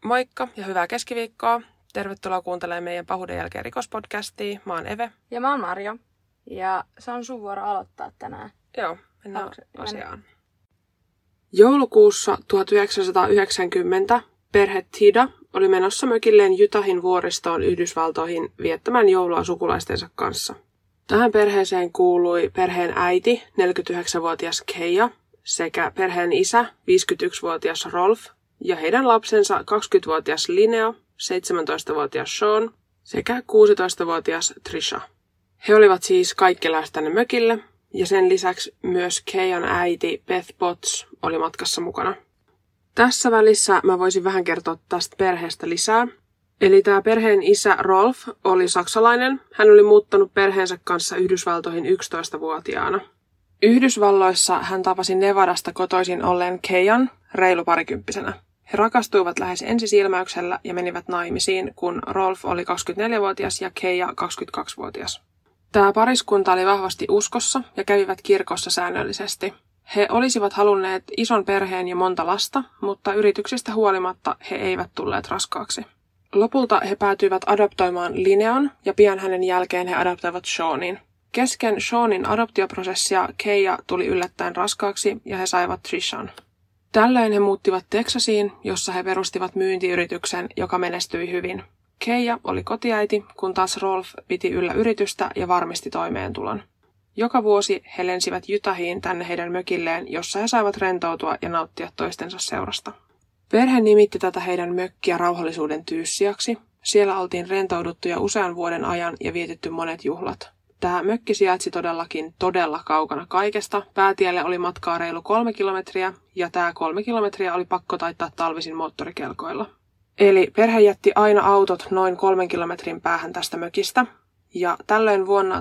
Moikka ja hyvää keskiviikkoa. Tervetuloa kuuntelemaan meidän Pahuuden jälkeen rikospodcastia. Mä oon Eve. Ja mä oon Marjo. Ja se on sun vuoro aloittaa tänään. Joo, mennään asiaan. Joulukuussa 1990 perhe Tida oli menossa mökilleen Utahin vuoristoon Yhdysvaltoihin viettämään joulua sukulaistensa kanssa. Tähän perheeseen kuului perheen äiti, 49-vuotias Keija, sekä perheen isä, 51-vuotias Rolf, ja heidän lapsensa 20-vuotias Linnea, 17-vuotias Sean sekä 16-vuotias Trisha. He olivat siis kaikki lähes tänne mökille, ja sen lisäksi myös Keijan äiti Beth Potts oli matkassa mukana. Tässä välissä mä voisin vähän kertoa tästä perheestä lisää. Eli tämä perheen isä Rolf oli saksalainen. Hän oli muuttanut perheensä kanssa Yhdysvaltoihin 11-vuotiaana. Yhdysvalloissa hän tapasi Nevadasta kotoisin olleen Keijan reilu parikymppisenä. He rakastuivat lähes ensisilmäyksellä ja menivät naimisiin, kun Rolf oli 24-vuotias ja Keija 22-vuotias. Tämä pariskunta oli vahvasti uskossa ja kävivät kirkossa säännöllisesti. He olisivat halunneet ison perheen ja monta lasta, mutta yrityksistä huolimatta he eivät tulleet raskaaksi. Lopulta he päätyivät adoptoimaan Linnean ja pian hänen jälkeen he adoptoivat Seanin. Kesken Seanin adoptioprosessia Keija tuli yllättäen raskaaksi ja he saivat Trishan. Tällöin he muuttivat Teksasiin, jossa he perustivat myyntiyrityksen, joka menestyi hyvin. Keija oli kotiäiti, kun taas Rolf piti yllä yritystä ja varmisti toimeentulon. Joka vuosi he lensivät Utahiin tänne heidän mökilleen, jossa he saivat rentoutua ja nauttia toistensa seurasta. Perhe nimitti tätä heidän mökkiä rauhallisuuden tyyssiaksi. Siellä oltiin rentouduttu jo usean vuoden ajan ja vietetty monet juhlat. Tämä mökki sijaitsi todellakin todella kaukana kaikesta. Päätielle oli matkaa reilu 3 kilometriä ja tämä 3 kilometriä oli pakko taittaa talvisin moottorikelkoilla. Eli perhe jätti aina autot noin 3 kilometrin päähän tästä mökistä. Ja tällöin vuonna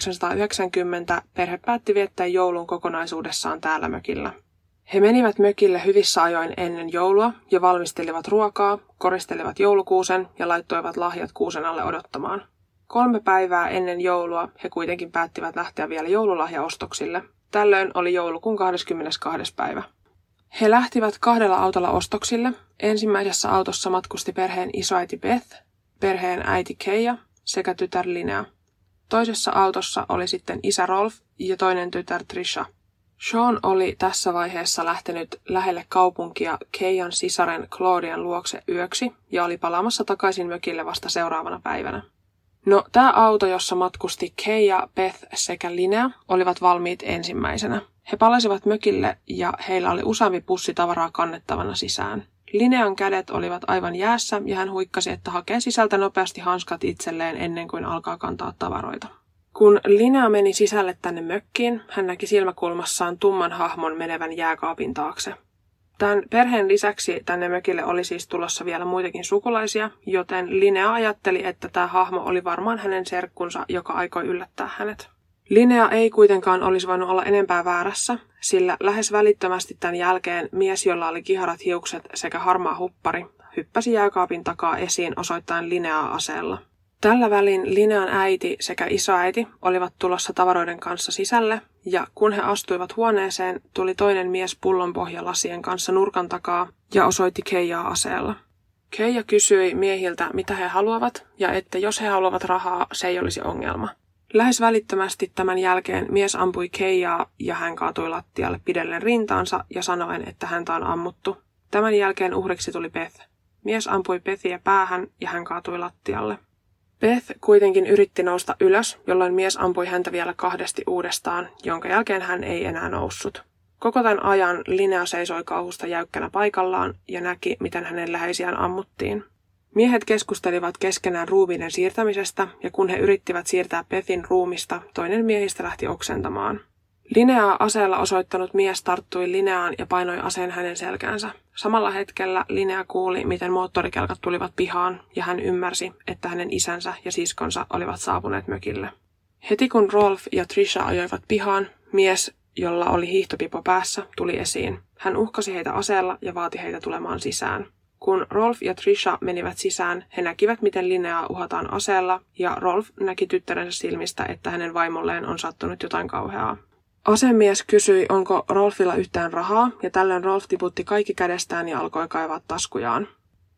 1990 perhe päätti viettää joulun kokonaisuudessaan täällä mökillä. He menivät mökille hyvissä ajoin ennen joulua ja valmistelivat ruokaa, koristelivat joulukuusen ja laittoivat lahjat kuusen alle odottamaan. 3 päivää ennen joulua he kuitenkin päättivät lähteä vielä joululahjaostoksille. Tällöin oli joulukuun 22. päivä. He lähtivät 2 autolla ostoksille. Ensimmäisessä autossa matkusti perheen isoäiti Beth, perheen äiti Keija sekä tytär Linnea. Toisessa autossa oli sitten isä Rolf ja toinen tytär Trisha. Sean oli tässä vaiheessa lähtenyt lähelle kaupunkia Keijan sisaren Claudian luokse yöksi ja oli palaamassa takaisin mökille vasta seuraavana päivänä. No, tämä auto, jossa matkusti Keija, Beth sekä Linnea, olivat valmiit ensimmäisenä. He palasivat mökille ja heillä oli useampi pussi tavaraa kannettavana sisään. Linnean kädet olivat aivan jäässä ja hän huikkasi, että hakee sisältä nopeasti hanskat itselleen ennen kuin alkaa kantaa tavaroita. Kun Linnea meni sisälle tänne mökkiin, hän näki silmäkulmassaan tumman hahmon menevän jääkaapin taakse. Tämän perheen lisäksi tänne mökille oli siis tulossa vielä muitakin sukulaisia, joten Linnea ajatteli, että tämä hahmo oli varmaan hänen serkkunsa, joka aikoi yllättää hänet. Linnea ei kuitenkaan olisi voinut olla enempää väärässä, sillä lähes välittömästi tämän jälkeen mies, jolla oli kiharat hiukset sekä harmaa huppari, hyppäsi jääkaapin takaa esiin osoittaen Linneaa aseella. Tällä välin Linnean äiti sekä isoäiti olivat tulossa tavaroiden kanssa sisälle, ja kun he astuivat huoneeseen, tuli toinen mies pullonpohjalasien kanssa nurkan takaa ja osoitti Keijaa aseella. Keija kysyi miehiltä, mitä he haluavat, ja että jos he haluavat rahaa, se ei olisi ongelma. Lähes välittömästi tämän jälkeen mies ampui Keijaa ja hän kaatui lattialle pidellen rintaansa ja sanoen, että häntä on ammuttu. Tämän jälkeen uhriksi tuli Beth. Mies ampui Bethia päähän ja hän kaatui lattialle. Beth kuitenkin yritti nousta ylös, jolloin mies ampui häntä vielä 2 uudestaan, jonka jälkeen hän ei enää noussut. Koko tämän ajan Linnea seisoi kauhusta jäykkänä paikallaan ja näki, miten hänen läheisiään ammuttiin. Miehet keskustelivat keskenään ruumiiden siirtämisestä, ja kun he yrittivät siirtää Bethin ruumista, toinen miehistä lähti oksentamaan. Linneaa aseella osoittanut mies tarttui Linneaan ja painoi aseen hänen selkäänsä. Samalla hetkellä Linnea kuuli, miten moottorikelkat tulivat pihaan, ja hän ymmärsi, että hänen isänsä ja siskonsa olivat saapuneet mökille. Heti kun Rolf ja Trisha ajoivat pihaan, mies, jolla oli hiihtopipo päässä, tuli esiin. Hän uhkasi heitä aseella ja vaati heitä tulemaan sisään. Kun Rolf ja Trisha menivät sisään, he näkivät, miten Linneaa uhataan aseella, ja Rolf näki tyttärensä silmistä, että hänen vaimolleen on sattunut jotain kauheaa. Asemies kysyi, onko Rolfilla yhtään rahaa, ja tällöin Rolf tiputti kaikki kädestään ja alkoi kaivaa taskujaan.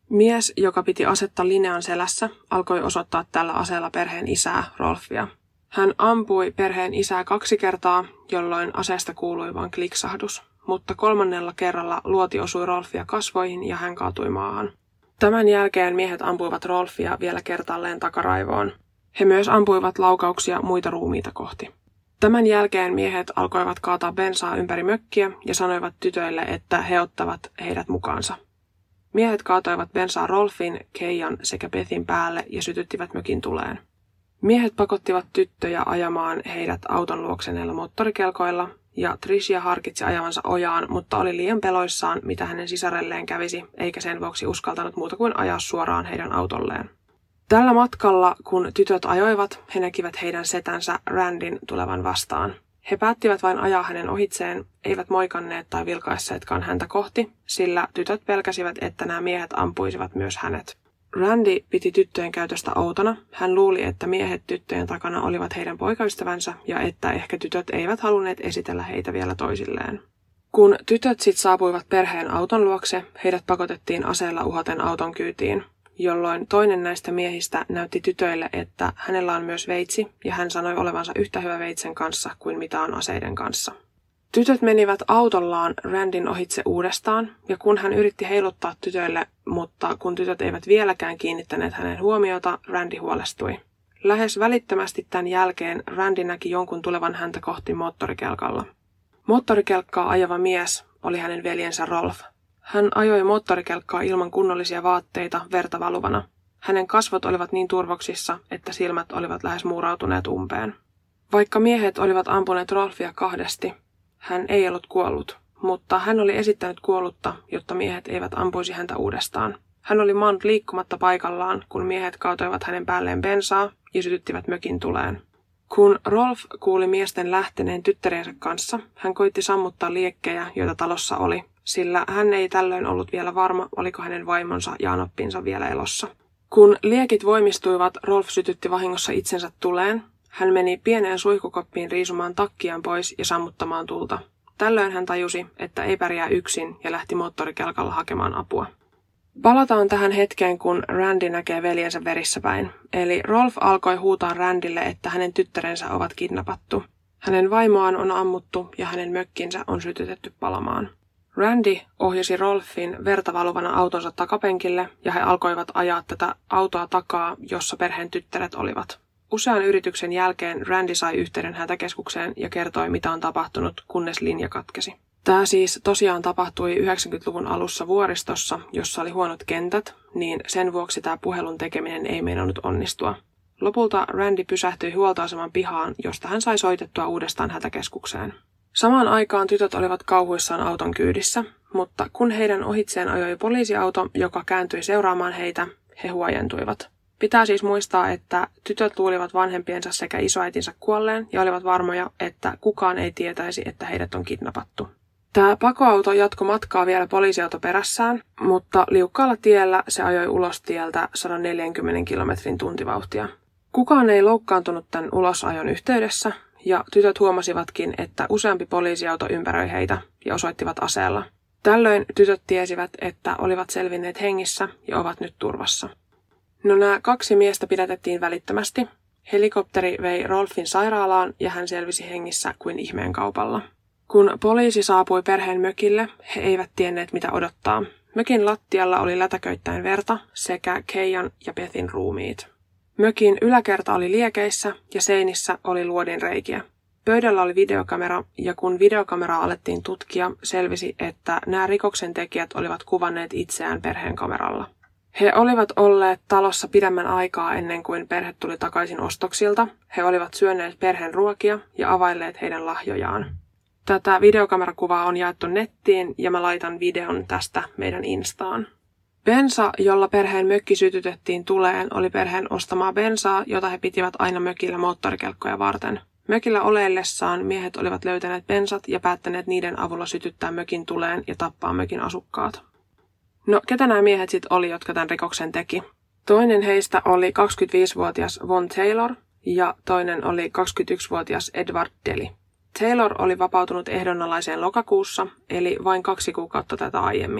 Mies, joka piti asetta Linean selässä, alkoi osoittaa tällä aseella perheen isää, Rolfia. Hän ampui perheen isää 2 kertaa, jolloin aseesta kuului vain kliksahdus, mutta 3. kerralla luoti osui Rolfia kasvoihin ja hän kaatui maahan. Tämän jälkeen miehet ampuivat Rolfia vielä kertaalleen takaraivoon. He myös ampuivat laukauksia muita ruumiita kohti. Tämän jälkeen miehet alkoivat kaataa bensaa ympäri mökkiä ja sanoivat tytöille, että he ottavat heidät mukaansa. Miehet kaatoivat bensaa Rolfin, Keijan sekä Bethin päälle ja sytyttivät mökin tuleen. Miehet pakottivat tyttöjä ajamaan heidät auton luokseneilla moottorikelkoilla, ja Tricia harkitsi ajavansa ojaan, mutta oli liian peloissaan, mitä hänen sisarelleen kävisi, eikä sen vuoksi uskaltanut muuta kuin ajaa suoraan heidän autolleen. Tällä matkalla, kun tytöt ajoivat, he näkivät heidän setänsä Randin tulevan vastaan. He päättivät vain ajaa hänen ohitseen, eivät moikanneet tai vilkaisseetkaan häntä kohti, sillä tytöt pelkäsivät, että nämä miehet ampuisivat myös hänet. Randy piti tyttöjen käytöstä outona. Hän luuli, että miehet tyttöjen takana olivat heidän poikaystävänsä ja että ehkä tytöt eivät halunneet esitellä heitä vielä toisilleen. Kun tytöt sitten saapuivat perheen auton luokse, heidät pakotettiin aseella uhaten auton kyytiin, jolloin toinen näistä miehistä näytti tytöille, että hänellä on myös veitsi ja hän sanoi olevansa yhtä hyvä veitsen kanssa kuin mitä on aseiden kanssa. Tytöt menivät autollaan Randin ohitse uudestaan, ja kun hän yritti heiluttaa tytöille, mutta kun tytöt eivät vieläkään kiinnittäneet hänen huomiota, Randy huolestui. Lähes välittömästi tämän jälkeen Randy näki jonkun tulevan häntä kohti moottorikelkalla. Moottorikelkkaa ajava mies oli hänen veljensä Rolf. Hän ajoi moottorikelkkaa ilman kunnollisia vaatteita verta valuvana. Hänen kasvot olivat niin turvoksissa, että silmät olivat lähes muurautuneet umpeen. Vaikka miehet olivat ampuneet Rolfia 2, hän ei ollut kuollut, mutta hän oli esittänyt kuollutta, jotta miehet eivät ampuisi häntä uudestaan. Hän oli maannut liikkumatta paikallaan, kun miehet kaatoivat hänen päälleen bensaa ja sytyttivät mökin tuleen. Kun Rolf kuuli miesten lähteneen tyttärensä kanssa, hän koitti sammuttaa liekkejä, joita talossa oli, sillä hän ei tällöin ollut vielä varma, oliko hänen vaimonsa ja anoppinsa vielä elossa. Kun liekit voimistuivat, Rolf sytytti vahingossa itsensä tuleen. Hän meni pieneen suihkukoppiin riisumaan takkiaan pois ja sammuttamaan tulta. Tällöin hän tajusi, että ei pärjää yksin ja lähti moottorikelkalla hakemaan apua. Palataan tähän hetkeen, kun Randy näkee veljensä verissä päin. Eli Rolf alkoi huutaa Randylle, että hänen tyttärensä ovat kidnappattu. Hänen vaimoaan on ammuttu ja hänen mökkinsä on sytytetty palamaan. Randy ohjasi Rolfin verta valuvana autonsa takapenkille ja he alkoivat ajaa tätä autoa takaa, jossa perheen tyttäret olivat. Usean yrityksen jälkeen Randy sai yhteyden hätäkeskukseen ja kertoi, mitä on tapahtunut, kunnes linja katkesi. Tämä siis tosiaan tapahtui 90-luvun alussa vuoristossa, jossa oli huonot kentät, niin sen vuoksi tämä puhelun tekeminen ei meinannut onnistua. Lopulta Randy pysähtyi huoltoaseman pihaan, josta hän sai soitettua uudestaan hätäkeskukseen. Samaan aikaan tytöt olivat kauhuissaan auton kyydissä, mutta kun heidän ohitseen ajoi poliisiauto, joka kääntyi seuraamaan heitä, he huojentuivat. Pitää siis muistaa, että tytöt luulivat vanhempiensa sekä isoäitinsä kuolleen ja olivat varmoja, että kukaan ei tietäisi, että heidät on kidnappattu. Tämä pakoauto jatkoi matkaa vielä poliisiauto perässään, mutta liukkaalla tiellä se ajoi ulos tieltä 140 kilometrin tuntivauhtia. Kukaan ei loukkaantunut tämän ulosajon yhteydessä, ja tytöt huomasivatkin, että useampi poliisiauto ympäröi heitä ja osoittivat aseella. Tällöin tytöt tiesivät, että olivat selvinneet hengissä ja ovat nyt turvassa. No nämä 2 miestä pidätettiin välittömästi. Helikopteri vei Rolfin sairaalaan ja hän selvisi hengissä kuin ihmeen kaupalla. Kun poliisi saapui perheen mökille, he eivät tienneet mitä odottaa. Mökin lattialla oli lätäköittäin verta sekä Keijan ja Bethin ruumiit. Mökin yläkerta oli liekeissä ja seinissä oli luodinreikiä. Pöydällä oli videokamera ja kun videokameraa alettiin tutkia, selvisi, että nämä rikoksen tekijät olivat kuvanneet itseään perheen kameralla. He olivat olleet talossa pidemmän aikaa ennen kuin perhe tuli takaisin ostoksilta. He olivat syöneet perheen ruokia ja availleet heidän lahjojaan. Tätä videokamerakuvaa on jaettu nettiin ja mä laitan videon tästä meidän Instaan. Bensa, jolla perheen mökki sytytettiin tuleen, oli perheen ostamaa bensaa, jota he pitivät aina mökillä moottorikelkkoja varten. Mökillä oleillessaan miehet olivat löytäneet bensat ja päättäneet niiden avulla sytyttää mökin tuleen ja tappaa mökin asukkaat. No, ketä nämä miehet sitten oli, jotka tämän rikoksen teki? Toinen heistä oli 25-vuotias Von Taylor ja toinen oli 21-vuotias Edward Deli. Taylor oli vapautunut ehdonalaiseen lokakuussa, eli vain 2 kuukautta tätä aiemmin.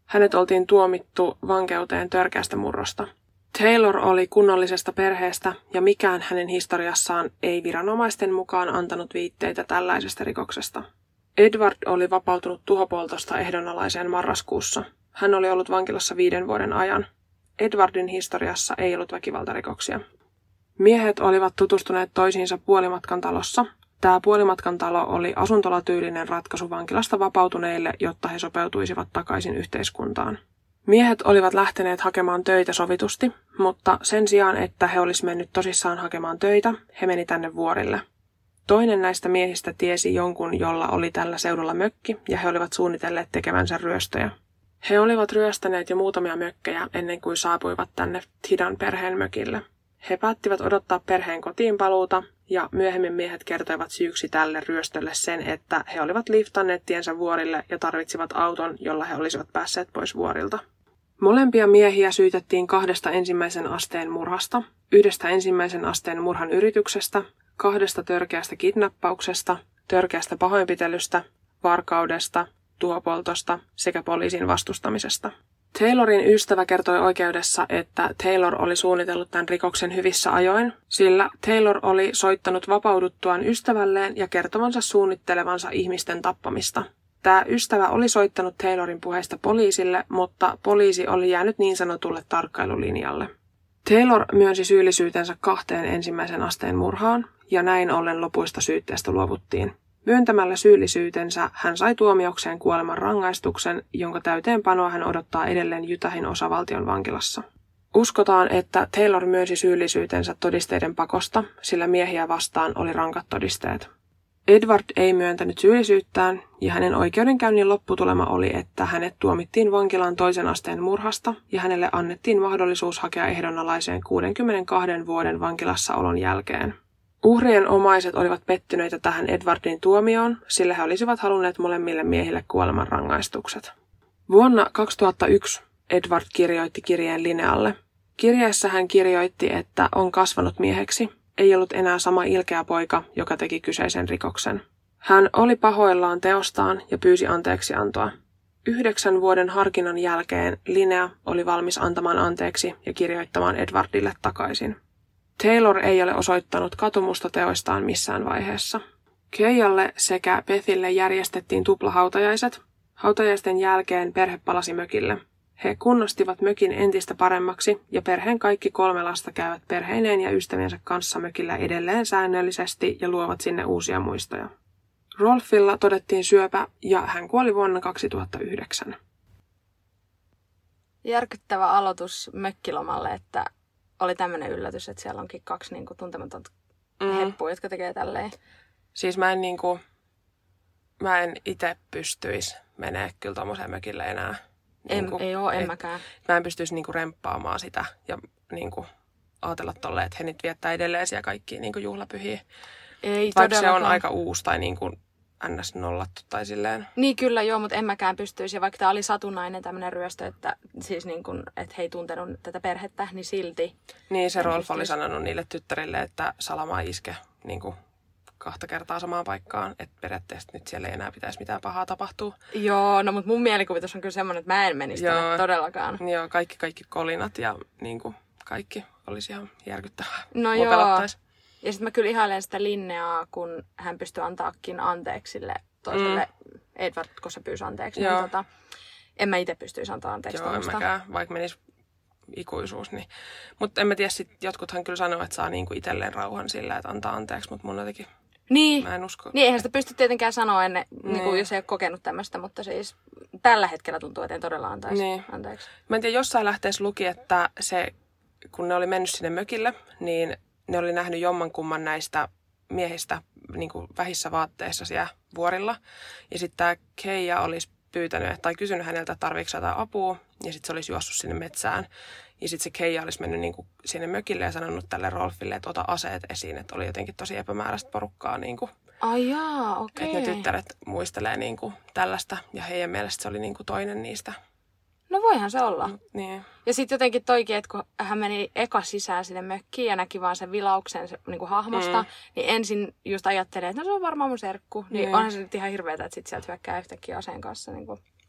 Hänet oltiin tuomittu vankeuteen törkeästä murrosta. Taylor oli kunnollisesta perheestä ja mikään hänen historiassaan ei viranomaisten mukaan antanut viitteitä tällaisesta rikoksesta. Edward oli vapautunut tuhopoltosta ehdonalaiseen marraskuussa. Hän oli ollut vankilassa 5 vuoden ajan. Edwardin historiassa ei ollut väkivaltarikoksia. Miehet olivat tutustuneet toisiinsa Puolimatkan talossa. Tämä Puolimatkan talo oli asuntolatyylinen ratkaisu vankilasta vapautuneille, jotta he sopeutuisivat takaisin yhteiskuntaan. Miehet olivat lähteneet hakemaan töitä sovitusti, mutta sen sijaan, että he olisi mennyt tosissaan hakemaan töitä, he meni tänne vuorille. Toinen näistä miehistä tiesi jonkun, jolla oli tällä seudulla mökki, ja he olivat suunnitelleet tekevänsä ryöstöjä. He olivat ryöstäneet jo muutamia mökkejä ennen kuin saapuivat tänne Tidan perheen mökille. He päättivät odottaa perheen kotiinpaluuta, ja myöhemmin miehet kertoivat syyksi tälle ryöstölle sen, että he olivat liftanneet tiensä vuorille ja tarvitsivat auton, jolla he olisivat päässeet pois vuorilta. Molempia miehiä syytettiin 2 ensimmäisen asteen murhasta, 1 ensimmäisen asteen murhan yrityksestä, 2 törkeästä kidnappauksesta, törkeästä pahoinpitelystä, varkaudesta, tuhopoltosta sekä poliisin vastustamisesta. Taylorin ystävä kertoi oikeudessa, että Taylor oli suunnitellut tämän rikoksen hyvissä ajoin, sillä Taylor oli soittanut vapauduttuaan ystävälleen ja kertovansa suunnittelevansa ihmisten tappamista. Tämä ystävä oli soittanut Taylorin puheista poliisille, mutta poliisi oli jäänyt niin sanotulle tarkkailulinjalle. Taylor myönsi syyllisyytensä 2 ensimmäisen asteen murhaan, ja näin ollen lopuista syytteestä luovuttiin. Myöntämällä syyllisyytensä hän sai tuomiokseen kuoleman rangaistuksen, jonka täyteenpanoa hän odottaa edelleen Utahin osavaltion vankilassa. Uskotaan, että Taylor myönsi syyllisyytensä todisteiden pakosta, sillä miehiä vastaan oli rankat todisteet. Edward ei myöntänyt syyllisyyttään, ja hänen oikeudenkäynnin lopputulema oli, että hänet tuomittiin vankilaan 2 asteen murhasta, ja hänelle annettiin mahdollisuus hakea ehdonalaiseen 62 vuoden vankilassaolon jälkeen. Uhrien omaiset olivat pettyneitä tähän Edwardin tuomioon, sillä he olisivat halunneet molemmille miehille kuolemanrangaistukset. Vuonna 2001 Edward kirjoitti kirjeen Linealle. Kirjeessä hän kirjoitti, että on kasvanut mieheksi, ei ollut enää sama ilkeä poika, joka teki kyseisen rikoksen. Hän oli pahoillaan teostaan ja pyysi anteeksiantoa. 9 vuoden harkinnan jälkeen Linea oli valmis antamaan anteeksi ja kirjoittamaan Edwardille takaisin. Taylor ei ole osoittanut katumusta teoistaan missään vaiheessa. Keijalle sekä Bethille järjestettiin tuplahautajaiset. Hautajaisten jälkeen perhe palasi mökille. He kunnostivat mökin entistä paremmaksi ja perheen kaikki 3 lasta käyvät perheineen ja ystäviensä kanssa mökillä edelleen säännöllisesti ja luovat sinne uusia muistoja. Rolfilla todettiin syöpä ja hän kuoli vuonna 2009. Järkyttävä aloitus mökkilomalle, että oli tämmöinen yllätys, että siellä onkin 2 tuntematonta heppua, jotka tekee tälleen. Siis mä en itse pystyisi menee kyllä tommoseen mökille enää. En mäkään. Mä en pystyisi remppaamaan sitä ja ajatella tolleen, että he nyt viettää edelleen siellä kaikkia juhlapyhiä. Ei vaikka se on aika uusi tai ns. Nollattu tai silleen. Niin kyllä joo, mutta en mäkään pystyisi. Ja vaikka tämä oli satunnainen tämmöinen ryöstö, että siis että he ei tuntenut tätä perhettä, niin silti. Niin se Rolf oli sanonut niille tyttärille, että salama iske 2 kertaa samaan paikkaan, että periaatteessa nyt siellä ei enää pitäisi mitään pahaa tapahtua. Joo, no mutta mun mielikuvitus on kyllä semmoinen, että mä en menisi tänne todellakaan. Joo, kaikki kolinat ja kaikki olisi ihan järkyttävää. No joo. Pelottaisi. Ja sitten mä kyllä ihailen sitä Linneaa, kun hän pystyy antaakin anteeksi sille toiselle Edward, kun se pyysi anteeksi. Niin en mä itse pystyisi antaa anteeksi. Joo, en mäkään, vaikka menisi ikuisuus. Niin. Mutta en mä tiedä, jotkuthan kyllä sanoo, että saa itselleen rauhan sillä, että antaa anteeksi, mutta mun jotenkin mä en usko. Niin, eihän sitä pysty tietenkään sanoa ennen, jos ei ole kokenut tämmöistä, mutta siis tällä hetkellä tuntuu, että en todella antaisi anteeksi. Mä en tiedä, jossain lähteessä luki, että kun ne oli mennyt sinne mökille, niin ne oli nähnyt jommankumman näistä miehistä vähissä vaatteissa siellä vuorilla. Ja sitten tämä Keija olisi pyytänyt tai kysynyt häneltä, että tarviiko jotain apua. Ja sitten se olisi juossut sinne metsään. Ja sitten se Keija olisi mennyt sinne mökille ja sanonut tälle Rolfille, että ota aseet esiin. Että oli jotenkin tosi epämääräistä porukkaa. Ai jaa, okei. Että ne tyttäret muistelee tällaista. Ja heidän mielestä se oli toinen niistä. No voihan se olla. Niin. Ja sitten jotenkin toikin, että kun hän meni eka sisään sinne mökkiin ja näki vaan sen vilauksen hahmosta, niin ensin just ajattelee, että no se on varmaan mun serkku. Niin onhan se nyt ihan hirveetä, että sit sieltä hyökkää yhtäkkiä aseen kanssa.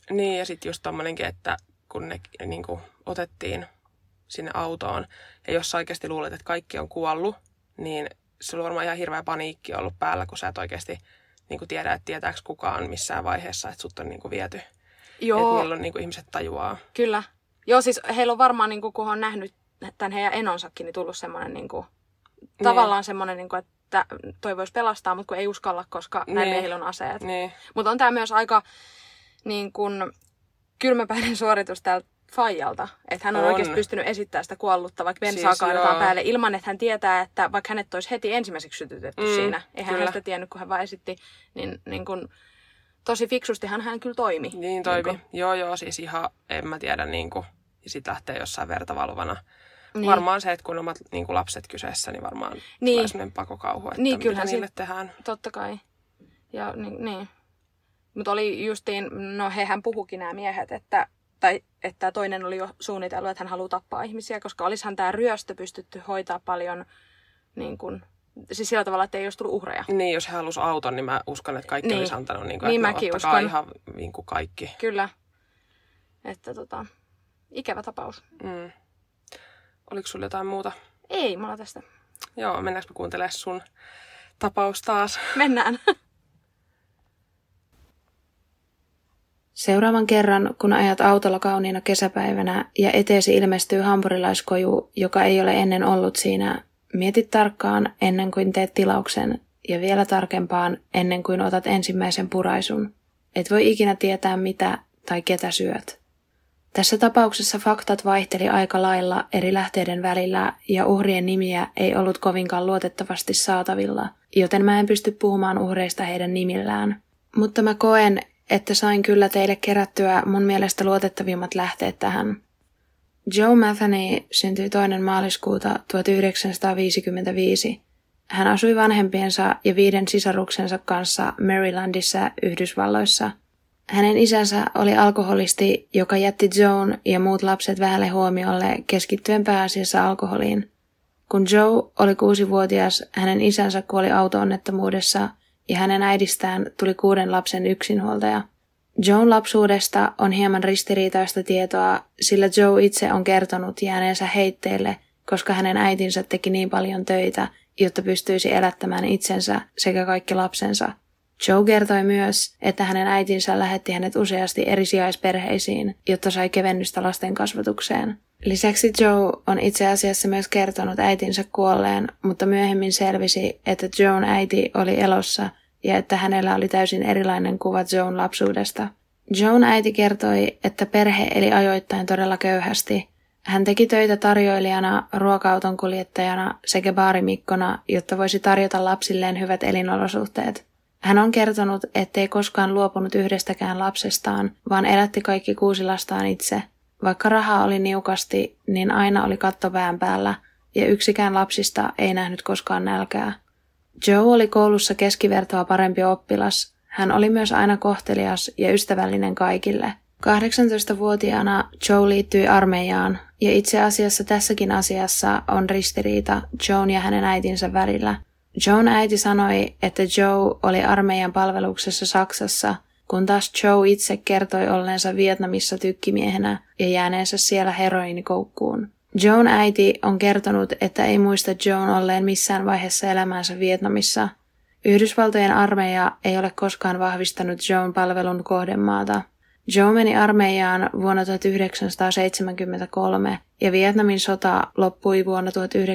Niin, ja sitten just tommonenkin, että kun ne niin kuin otettiin sinne autoon, ja jos sä oikeasti luulet, että kaikki on kuollut, niin se on varmaan ihan hirveä paniikki ollut päällä, kun sä et oikeasti niin kuin tiedä, että tietääkö kukaan missään vaiheessa, että sut on niin kuin viety. Joo. Että milloin niin kuin ihmiset tajuaa. Kyllä. Joo, siis heillä on varmaan, niin kuin, kun on nähnyt tämän heidän enonsakin, niin tullut semmoinen niin kuin, tavallaan semmoinen, niin kuin, että toi voisi pelastaa, mutta kun ei uskalla, koska näin miehillä on aseet. Niin. Mutta on tämä myös aika niin kuin, kylmäpäinen suoritus tältä faijalta. Että hän on oikeasti pystynyt esittämään sitä kuollutta, vaikka bensaa siis kaadetaan päälle, ilman että hän tietää, että vaikka hänet olisi heti ensimmäiseksi sytytetty siinä. Eihän hän sitä tiennyt, kun hän vaan esitti, niin kuin, tosi fiksustihan hän kyllä toimi. Niin toimi. Niin joo, siis ihan, en mä tiedä, niin kuin, ja sit lähtee jossain vertavalvana. Niin. Varmaan se, että kun omat niin kuin lapset kyseessä, niin varmaan tulee sellainen pakokauhu, että niin, mitä niille tehdään. Totta kai. Ja niin. Mutta oli justiin, no hehän puhukin nämä miehet, että toinen oli jo suunnitellut, että hän haluaa tappaa ihmisiä, koska olisihan tämä ryöstö pystytty hoitaa paljon, niin kuin, siis sillä tavalla, että ei olisi tullut uhreja. Niin, jos he halusi auton, niin mä uskon, että kaikki olisi antanut, niin kuin, niin että mäkin uskon. Ihan niin kuin kaikki. Kyllä. Että ikävä tapaus. Oliko sulla jotain muuta? Ei, mulla tästä. Joo, mennäänkö me kuuntelemaan sun tapaus taas? Mennään. Seuraavan kerran, kun ajat autolla kauniina kesäpäivänä ja eteesi ilmestyy hampurilaiskoju, joka ei ole ennen ollut siinä, mietit tarkkaan ennen kuin teet tilauksen ja vielä tarkempaan ennen kuin otat ensimmäisen puraisun. Et voi ikinä tietää mitä tai ketä syöt. Tässä tapauksessa faktat vaihteli aika lailla eri lähteiden välillä ja uhrien nimiä ei ollut kovinkaan luotettavasti saatavilla, joten mä en pysty puhumaan uhreista heidän nimillään. Mutta mä koen, että sain kyllä teille kerättyä mun mielestä luotettavimmat lähteet tähän. Joe Matheny syntyi 2. maaliskuuta 1955. Hän asui vanhempiensa ja 5 sisaruksensa kanssa Marylandissa, Yhdysvalloissa. Hänen isänsä oli alkoholisti, joka jätti Joen ja muut lapset vähälle huomiolle keskittyen pääasiassa alkoholiin. Kun Joe oli 6-vuotias, hänen isänsä kuoli auto-onnettomuudessa ja hänen äidistään tuli 6 lapsen yksinhuoltaja. Joen lapsuudesta on hieman ristiriitaista tietoa, sillä Joe itse on kertonut jääneensä heitteille, koska hänen äitinsä teki niin paljon töitä, jotta pystyisi elättämään itsensä sekä kaikki lapsensa. Joe kertoi myös, että hänen äitinsä lähetti hänet useasti eri sijaisperheisiin, jotta sai kevennystä lasten kasvatukseen. Lisäksi Joe on itse asiassa myös kertonut äitinsä kuolleen, mutta myöhemmin selvisi, että Joen äiti oli elossa ja että hänellä oli täysin erilainen kuva Joen lapsuudesta. Joen äiti kertoi, että perhe eli ajoittain todella köyhästi. Hän teki töitä tarjoilijana, ruoka-auton kuljettajana sekä baarimikkona, jotta voisi tarjota lapsilleen hyvät elinolosuhteet. Hän on kertonut, ettei koskaan luopunut yhdestäkään lapsestaan, vaan elätti kaikki 6 lastaan itse. Vaikka rahaa oli niukasti, niin aina oli katto pään päällä, ja yksikään lapsista ei nähnyt koskaan nälkää. Joe oli koulussa keskivertoa parempi oppilas. Hän oli myös aina kohtelias ja ystävällinen kaikille. 18-vuotiaana Joe liittyi armeijaan, ja itse asiassa tässäkin asiassa on ristiriita Joen ja hänen äitinsä välillä. Joen äiti sanoi, että Joe oli armeijan palveluksessa Saksassa, kun taas Joe itse kertoi olleensa Vietnamissa tykkimiehenä ja jääneensä siellä heroiinikoukkuun. Joen äiti on kertonut, että ei muista Joen olleen missään vaiheessa elämäänsä Vietnamissa. Yhdysvaltojen armeija ei ole koskaan vahvistanut Joen palvelun kohdemaata. Joe meni armeijaan vuonna 1973 ja Vietnamin sota loppui vuonna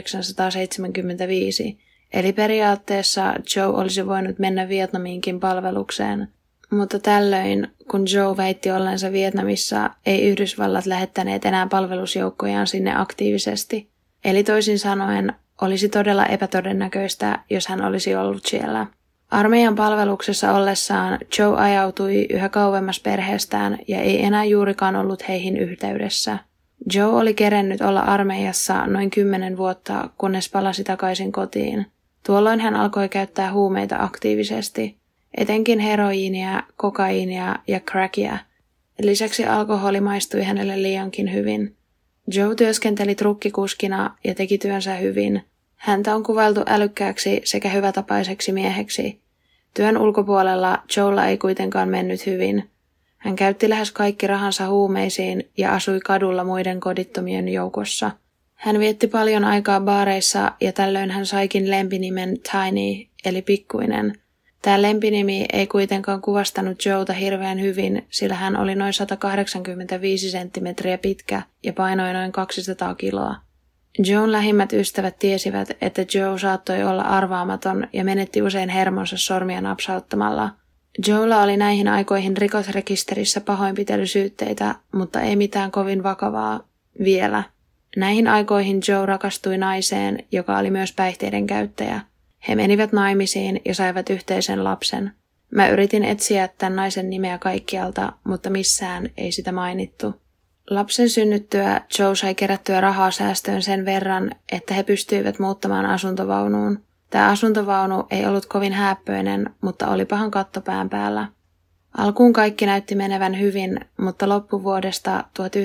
1975. Eli periaatteessa Joe olisi voinut mennä Vietnamiinkin palvelukseen. Mutta tällöin, kun Joe väitti ollensa Vietnamissa, ei Yhdysvallat lähettäneet enää palvelusjoukkojaan sinne aktiivisesti. Eli toisin sanoen, olisi todella epätodennäköistä, jos hän olisi ollut siellä. Armeijan palveluksessa ollessaan Joe ajautui yhä kauemmas perheestään ja ei enää juurikaan ollut heihin yhteydessä. Joe oli kerennyt olla armeijassa noin 10 vuotta, kunnes palasi takaisin kotiin. Tuolloin hän alkoi käyttää huumeita aktiivisesti, etenkin heroiinia, kokaiinia ja crackia. Lisäksi alkoholi maistui hänelle liiankin hyvin. Joe työskenteli trukkikuskina ja teki työnsä hyvin. Häntä on kuvailtu älykkääksi sekä hyvätapaiseksi mieheksi. Työn ulkopuolella Joella ei kuitenkaan mennyt hyvin. Hän käytti lähes kaikki rahansa huumeisiin ja asui kadulla muiden kodittomien joukossa. Hän vietti paljon aikaa baareissa ja tällöin hän saikin lempinimen Tiny, eli pikkuinen. Tämä lempinimi ei kuitenkaan kuvastanut Joeta hirveän hyvin, sillä hän oli noin 185 senttimetriä pitkä ja painoi noin 200 kiloa. Joen lähimmät ystävät tiesivät, että Joe saattoi olla arvaamaton ja menetti usein hermonsa sormia napsauttamalla. Joella oli näihin aikoihin rikosrekisterissä pahoinpitelysyytteitä, mutta ei mitään kovin vakavaa vielä. Näihin aikoihin Joe rakastui naiseen, joka oli myös päihteiden käyttäjä. He menivät naimisiin ja saivat yhteisen lapsen. Mä yritin etsiä tämän naisen nimeä kaikkialta, mutta missään ei sitä mainittu. Lapsen synnyttyä Joe sai kerättyä rahaa säästöön sen verran, että he pystyivät muuttamaan asuntovaunuun. Tämä asuntovaunu ei ollut kovin hääppöinen, mutta olipahan katto pään päällä. Alkuun kaikki näytti menevän hyvin, mutta loppuvuodesta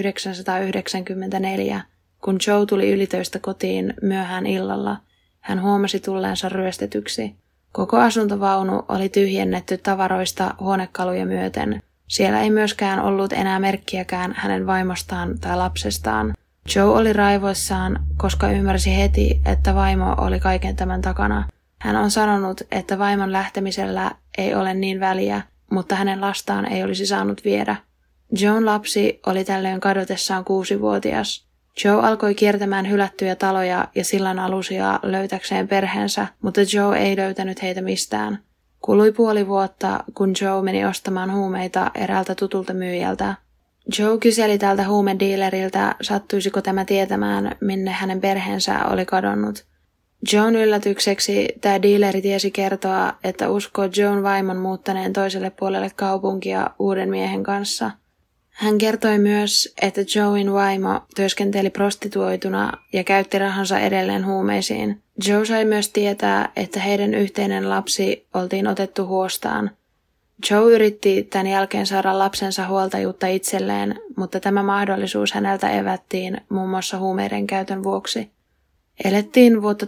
1994, kun Joe tuli ylitöistä kotiin myöhään illalla, hän huomasi tulleensa ryöstetyksi. Koko asuntovaunu oli tyhjennetty tavaroista huonekaluja myöten. Siellä ei myöskään ollut enää merkkiäkään hänen vaimostaan tai lapsestaan. Joe oli raivoissaan, koska ymmärsi heti, että vaimo oli kaiken tämän takana. Hän on sanonut, että vaimon lähtemisellä ei ole niin väliä, mutta hänen lastaan ei olisi saanut viedä. Joen lapsi oli tällöin kadotessaan 6-vuotias. Joe alkoi kiertämään hylättyjä taloja ja sillan alusia löytäkseen perheensä, mutta Joe ei löytänyt heitä mistään. Kului puoli vuotta, kun Joe meni ostamaan huumeita eräältä tutulta myyjältä. Joe kyseli tältä huumediileriltä, sattuisiko tämä tietämään, minne hänen perheensä oli kadonnut. Joen yllätykseksi tämä diileri tiesi kertoa, että uskoo Joen vaimon muuttaneen toiselle puolelle kaupunkia uuden miehen kanssa. Hän kertoi myös, että Joen vaimo työskenteli prostituoituna ja käytti rahansa edelleen huumeisiin. Joe sai myös tietää, että heidän yhteinen lapsi oltiin otettu huostaan. Joe yritti tämän jälkeen saada lapsensa huoltajuutta itselleen, mutta tämä mahdollisuus häneltä evättiin muun muassa huumeiden käytön vuoksi. Elettiin vuotta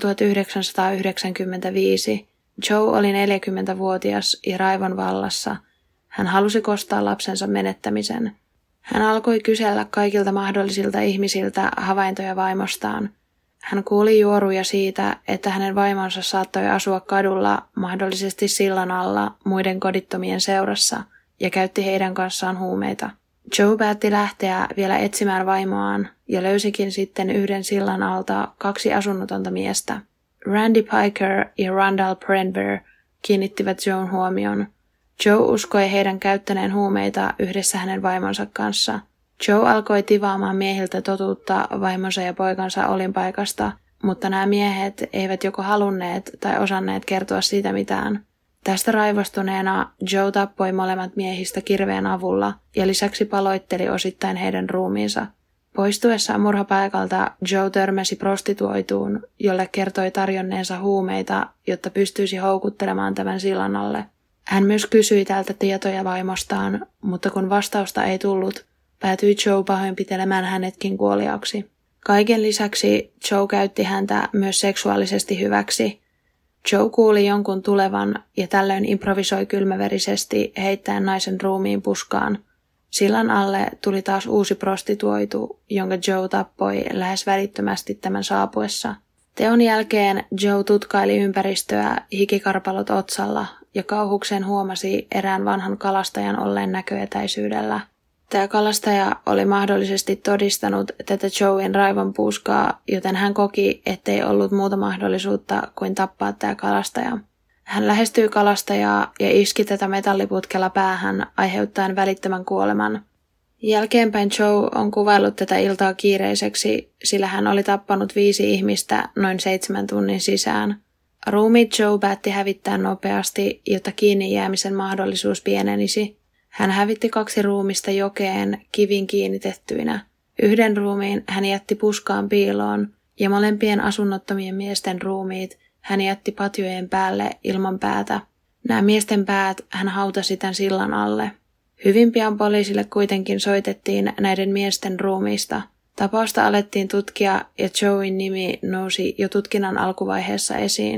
1995. Joe oli 40-vuotias ja raivon vallassa. Hän halusi kostaa lapsensa menettämisen. Hän alkoi kysellä kaikilta mahdollisilta ihmisiltä havaintoja vaimostaan. Hän kuuli juoruja siitä, että hänen vaimonsa saattoi asua kadulla, mahdollisesti sillan alla, muiden kodittomien seurassa, ja käytti heidän kanssaan huumeita. Joe päätti lähteä vielä etsimään vaimoaan, ja löysikin sitten yhden sillan alta 2 asunnotonta miestä. Randy Piker ja Randall Prenber kiinnittivät Joen huomion. Joe uskoi heidän käyttäneen huumeita yhdessä hänen vaimonsa kanssa. Joe alkoi tivaamaan miehiltä totuutta vaimonsa ja poikansa olinpaikasta, mutta nämä miehet eivät joko halunneet tai osanneet kertoa siitä mitään. Tästä raivostuneena Joe tappoi molemmat miehistä kirveen avulla ja lisäksi paloitteli osittain heidän ruumiinsa. Poistuessaan murhapaikalta Joe törmäsi prostituoituun, jolle kertoi tarjonneensa huumeita, jotta pystyisi houkuttelemaan tämän sillan alle. Hän myös kysyi tältä tietoja vaimostaan, mutta kun vastausta ei tullut, päätyi Joe pahoinpitelemään hänetkin kuoliaaksi. Kaiken lisäksi Joe käytti häntä myös seksuaalisesti hyväksi. Joe kuuli jonkun tulevan ja tällöin improvisoi kylmäverisesti heittäen naisen ruumiin puskaan. Sillan alle tuli taas uusi prostituoitu, jonka Joe tappoi lähes välittömästi tämän saapuessa. Teon jälkeen Joe tutkaili ympäristöä hikikarpalot otsalla ja kauhukseen huomasi erään vanhan kalastajan olleen näköetäisyydellä. Tämä kalastaja oli mahdollisesti todistanut tätä Joen raivon puuskaa, joten hän koki, ettei ollut muuta mahdollisuutta kuin tappaa tämä kalastaja. Hän lähestyi kalastajaa ja iski tätä metalliputkella päähän, aiheuttaen välittömän kuoleman. Jälkeenpäin Joe on kuvaillut tätä iltaa kiireiseksi, sillä hän oli tappanut 5 ihmistä noin 7 tunnin sisään. Ruumiit Joe päätti hävittää nopeasti, jotta kiinni jäämisen mahdollisuus pienenisi. Hän hävitti 2 ruumista jokeen kivin kiinnitettyinä. 1 ruumiin hän jätti puskaan piiloon ja molempien asunnottomien miesten ruumiit hän jätti patjojen päälle ilman päätä. Nämä miesten päät hän hautasi tämän sillan alle. Hyvin pian poliisille kuitenkin soitettiin näiden miesten ruumiista. Tapausta alettiin tutkia ja Joen nimi nousi jo tutkinnan alkuvaiheessa esiin.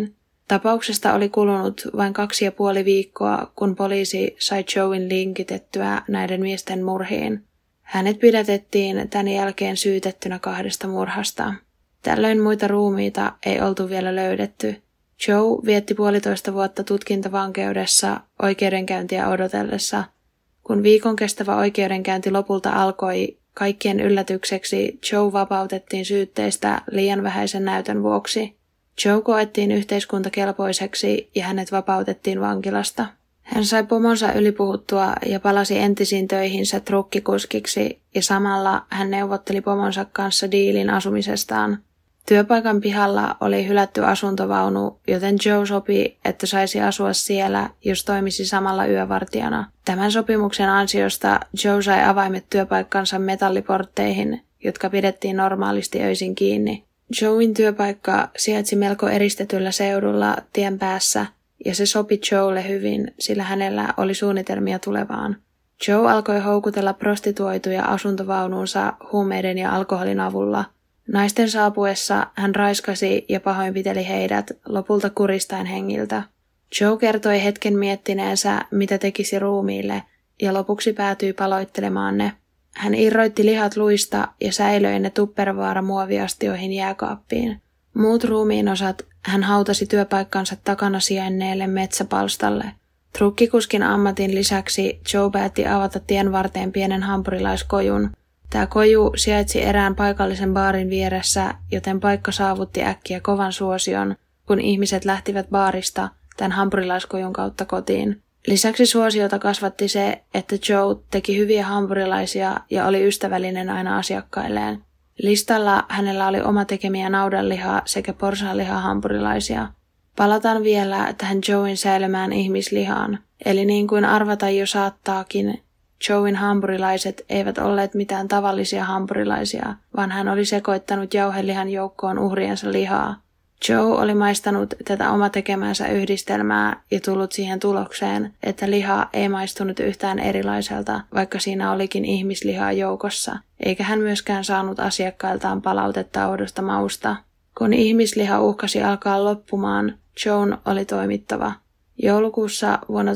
Tapauksesta oli kulunut vain 2,5 viikkoa, kun poliisi sai Joen linkitettyä näiden miesten murhiin. Hänet pidätettiin tämän jälkeen syytettynä 2 murhasta. Tällöin muita ruumiita ei oltu vielä löydetty. Joe vietti 1,5 vuotta tutkintavankeudessa oikeudenkäyntiä odotellessa. Kun viikon kestävä oikeudenkäynti lopulta alkoi, kaikkien yllätykseksi Joe vapautettiin syytteistä liian vähäisen näytön vuoksi. Joe koettiin yhteiskuntakelpoiseksi ja hänet vapautettiin vankilasta. Hän sai pomonsa ylipuhuttua ja palasi entisiin töihinsä trukkikuskiksi ja samalla hän neuvotteli pomonsa kanssa diilin asumisestaan. Työpaikan pihalla oli hylätty asuntovaunu, joten Joe sopi, että saisi asua siellä, jos toimisi samalla yövartijana. Tämän sopimuksen ansiosta Joe sai avaimet työpaikkansa metalliportteihin, jotka pidettiin normaalisti öisin kiinni. Joen työpaikka sijaitsi melko eristetyllä seudulla tien päässä, ja se sopi Joelle hyvin, sillä hänellä oli suunnitelmia tulevaan. Joe alkoi houkutella prostituoituja asuntovaunuunsa huumeiden ja alkoholin avulla. Naisten saapuessa hän raiskasi ja pahoinpiteli heidät, lopulta kuristaen hengiltä. Joe kertoi hetken miettineensä, mitä tekisi ruumiille, ja lopuksi päätyi paloittelemaan ne. Hän irroitti lihat luista ja säilöi ne Tupperware-muoviastioihin jääkaappiin. Muut ruumiin osat hän hautasi työpaikkansa takana sijainneelle metsäpalstalle. Trukkikuskin ammatin lisäksi Joe päätti avata tien varteen pienen hampurilaiskojun. Tämä koju sijaitsi erään paikallisen baarin vieressä, joten paikka saavutti äkkiä kovan suosion, kun ihmiset lähtivät baarista tämän hampurilaiskojun kautta kotiin. Lisäksi suosiota kasvatti se, että Joe teki hyviä hampurilaisia ja oli ystävällinen aina asiakkailleen. Listalla hänellä oli oma tekemiä naudanlihaa sekä porsaanlihaa hampurilaisia. Palataan vielä tähän Joen säilymään ihmislihaan, eli niin kuin arvata jo saattaakin, Joen hampurilaiset eivät olleet mitään tavallisia hampurilaisia, vaan hän oli sekoittanut jauhelihan joukkoon uhriensa lihaa. Joe oli maistanut tätä oma tekemänsä yhdistelmää ja tullut siihen tulokseen, että liha ei maistunut yhtään erilaiselta, vaikka siinä olikin ihmislihaa joukossa, eikä hän myöskään saanut asiakkailtaan palautetta oudosta mausta. Kun ihmisliha uhkasi alkaa loppumaan, Joen oli toimittava. Joulukuussa vuonna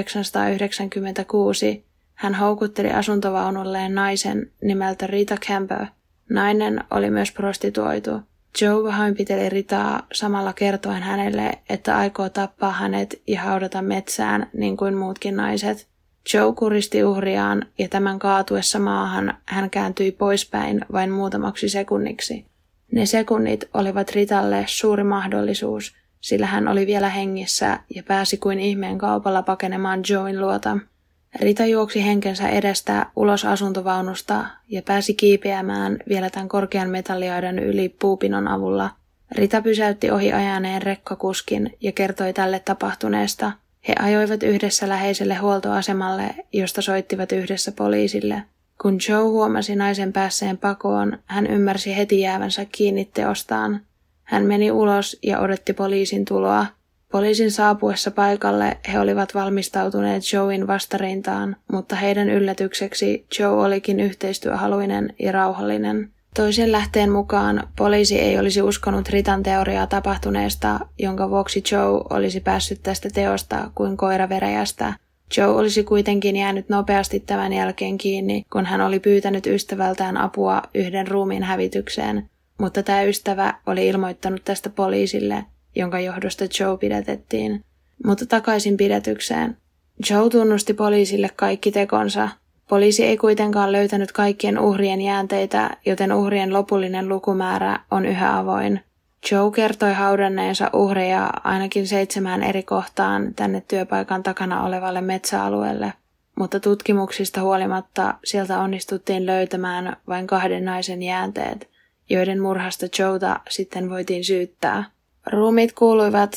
1996 hän houkutteli asuntovaunulleen naisen nimeltä Rita Camper. Nainen oli myös prostituoitu. Joe pahoinpiteli Ritaa samalla kertoen hänelle, että aikoo tappaa hänet ja haudata metsään niin kuin muutkin naiset. Joe kuristi uhriaan ja tämän kaatuessa maahan hän kääntyi poispäin vain muutamaksi sekunniksi. Ne sekunnit olivat Ritalle suuri mahdollisuus, sillä hän oli vielä hengissä ja pääsi kuin ihmeen kaupalla pakenemaan Joen luota. Rita juoksi henkensä edestä ulos asuntovaunusta ja pääsi kiipeämään vielä tämän korkean metalliaidan yli puupinon avulla. Rita pysäytti ohi ajaneen rekkakuskin ja kertoi tälle tapahtuneesta. He ajoivat yhdessä läheiselle huoltoasemalle, josta soittivat yhdessä poliisille. Kun Joe huomasi naisen päässeen pakoon, hän ymmärsi heti jäävänsä kiinni teostaan. Hän meni ulos ja odotti poliisin tuloa. Poliisin saapuessa paikalle he olivat valmistautuneet Joen vastarintaan, mutta heidän yllätykseksi Joe olikin yhteistyöhaluinen ja rauhallinen. Toisen lähteen mukaan poliisi ei olisi uskonut Ritan teoriaa tapahtuneesta, jonka vuoksi Joe olisi päässyt tästä teosta kuin koira veräjästä. Joe olisi kuitenkin jäänyt nopeasti tämän jälkeen kiinni, kun hän oli pyytänyt ystävältään apua yhden ruumiin hävitykseen, mutta tämä ystävä oli ilmoittanut tästä poliisille, jonka johdosta Joe pidätettiin. Mutta takaisin pidätykseen. Joe tunnusti poliisille kaikki tekonsa. Poliisi ei kuitenkaan löytänyt kaikkien uhrien jäänteitä, joten uhrien lopullinen lukumäärä on yhä avoin. Joe kertoi haudanneensa uhreja ainakin 7 eri kohtaan tänne työpaikan takana olevalle metsäalueelle, mutta tutkimuksista huolimatta sieltä onnistuttiin löytämään vain 2 naisen jäänteet, joiden murhasta Joeta sitten voitiin syyttää. Ruumiit kuuluivat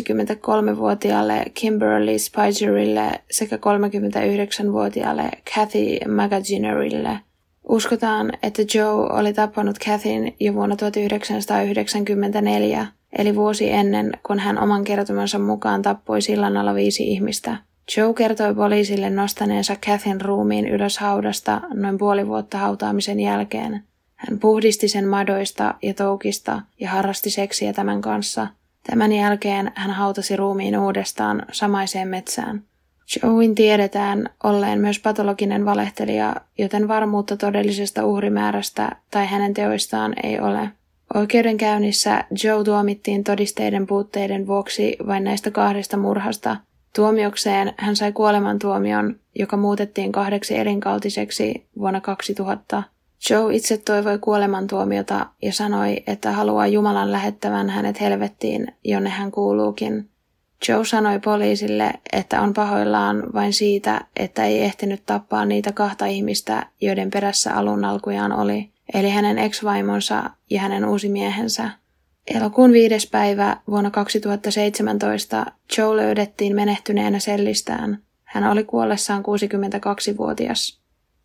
23-vuotiaalle Kimberly Spicerille sekä 39-vuotiaalle Kathy Magaginerille. Uskotaan, että Joe oli tappanut Kathyn jo vuonna 1994, eli vuosi ennen, kun hän oman kertomansa mukaan tappoi sillan alla 5 ihmistä. Joe kertoi poliisille nostaneensa Kathyn ruumiin ylös haudasta noin puoli vuotta hautaamisen jälkeen. Hän puhdisti sen madoista ja toukista ja harrasti seksiä tämän kanssa. Tämän jälkeen hän hautasi ruumiin uudestaan samaiseen metsään. Joeyn tiedetään olleen myös patologinen valehtelija, joten varmuutta todellisesta uhrimäärästä tai hänen teoistaan ei ole. Oikeudenkäynnissä Joe tuomittiin todisteiden puutteiden vuoksi vain näistä 2 murhasta. Tuomiokseen hän sai kuolemantuomion, joka muutettiin 2 elinkautiseksi vuonna 2000. Joe itse toivoi kuolemantuomiota ja sanoi, että haluaa Jumalan lähettävän hänet helvettiin, jonne hän kuuluukin. Joe sanoi poliisille, että on pahoillaan vain siitä, että ei ehtinyt tappaa niitä 2 ihmistä, joiden perässä alun alkujaan oli, eli hänen ex-vaimonsa ja hänen uusi miehensä. Elokuun 5. päivä vuonna 2017 Joe löydettiin menehtyneenä sellistään. Hän oli kuollessaan 62-vuotias.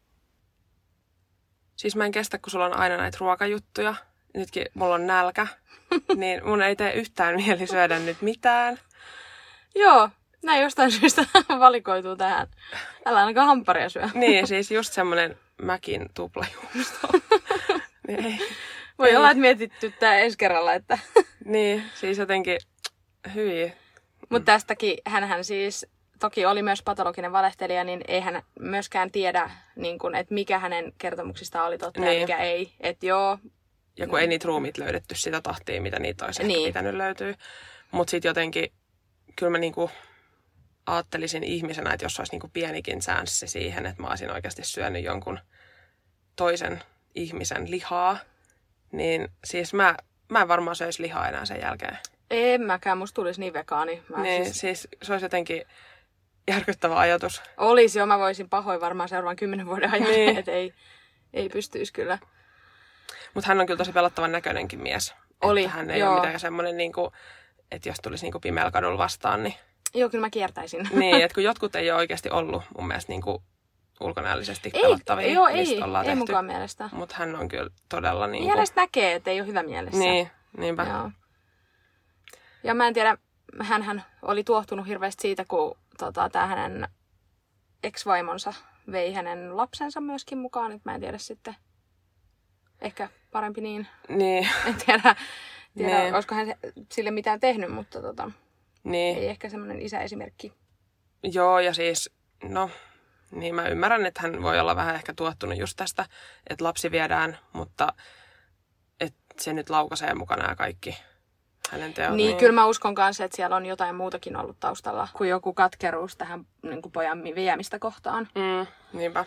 Siis mä en kestä, kun sulla on aina näitä ruokajuttuja. Nytkin mulla on nälkä, niin mun ei tee yhtään mieli syödä nyt mitään. Joo, näin jostain syystä valikoituu tähän. Älä ainakaan hampparia syö. Niin, siis just semmonen Mäkin tuplajuusto. Niin. Voi olla, että mietittyttää ensi kerralla, että... Niin, siis jotenkin hyi. Mutta tästäkin hänhän siis toki oli myös patologinen valehtelija, niin ei hän myöskään tiedä, niin kun, että mikä hänen kertomuksistaan oli totta ja mikä ei. Että joo. Ja kun ei niitä ruumit löydetty sitä tahtia, mitä niitä olisi ehkä pitänyt löytyä. Mutta sitten jotenkin, kyllä mä niinku ajattelisin ihmisenä, että jos olisi niinku pienikin chanssi siihen, että mä olisin oikeasti syönyt jonkun toisen ihmisen lihaa, niin siis mä en varmaan söisi lihaa enää sen jälkeen. En mäkään, musta tulisi niin vegaani. Niin, siis se olisi jotenkin järkyttävä ajatus. Olisi jo, mä voisin pahoin varmaan seuraavan 10 vuoden ajan, niin. Että ei pystyisi kyllä. Mutta hän on kyllä tosi pelottavan näköinenkin mies. Oli, että hän ei ole mitään semmoinen, niinku, että jos tulisi niinku pimeällä kadulla vastaan, niin... Joo, kyllä mä kiertäisin. Niin, että kun jotkut ei ole oikeasti ollut mun mielestä niinku ulkonäöllisesti pelottavia. Joo, ei mukaan mielestä. Mutta hän on kyllä todella niinku... Mielestä näkee, että ei ole hyvä mielessä. Niin, niinpä. Joo. Ja mä en tiedä, hänhän oli tuohtunut hirveästi siitä, kun tää hänen ex-vaimonsa vei hänen lapsensa myöskin mukaan. Et mä en tiedä sitten, ehkä parempi niin. Niin. En tiedä niin. Olisiko hän sille mitään tehnyt, mutta niin. Ei ehkä semmoinen isäesimerkki. Joo, ja siis, no, niin mä ymmärrän, että hän voi olla vähän ehkä tuottunut just tästä, että lapsi viedään, mutta että se nyt laukaisee mukana ja kaikki hänen teot. Niin, kyllä mä uskon kanssa, että siellä on jotain muutakin ollut taustalla kuin joku katkeruus tähän niin kuin pojan viemistä kohtaan. Niinpä.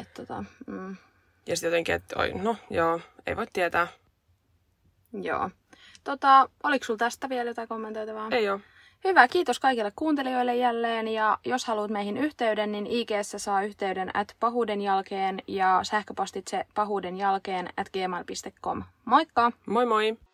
Ja sitten jotenkin, että ei voi tietää. Joo. Oliko sulla tästä vielä jotain kommentoitavaa? Ei oo. Hyvä, kiitos kaikille kuuntelijoille jälleen, ja jos haluat meihin yhteyden, niin IG:ssä saa yhteyden @pahuudenjalkeen ja sähköpostitse pahuudenjalkeen@gmail.com. Moikka! Moi moi!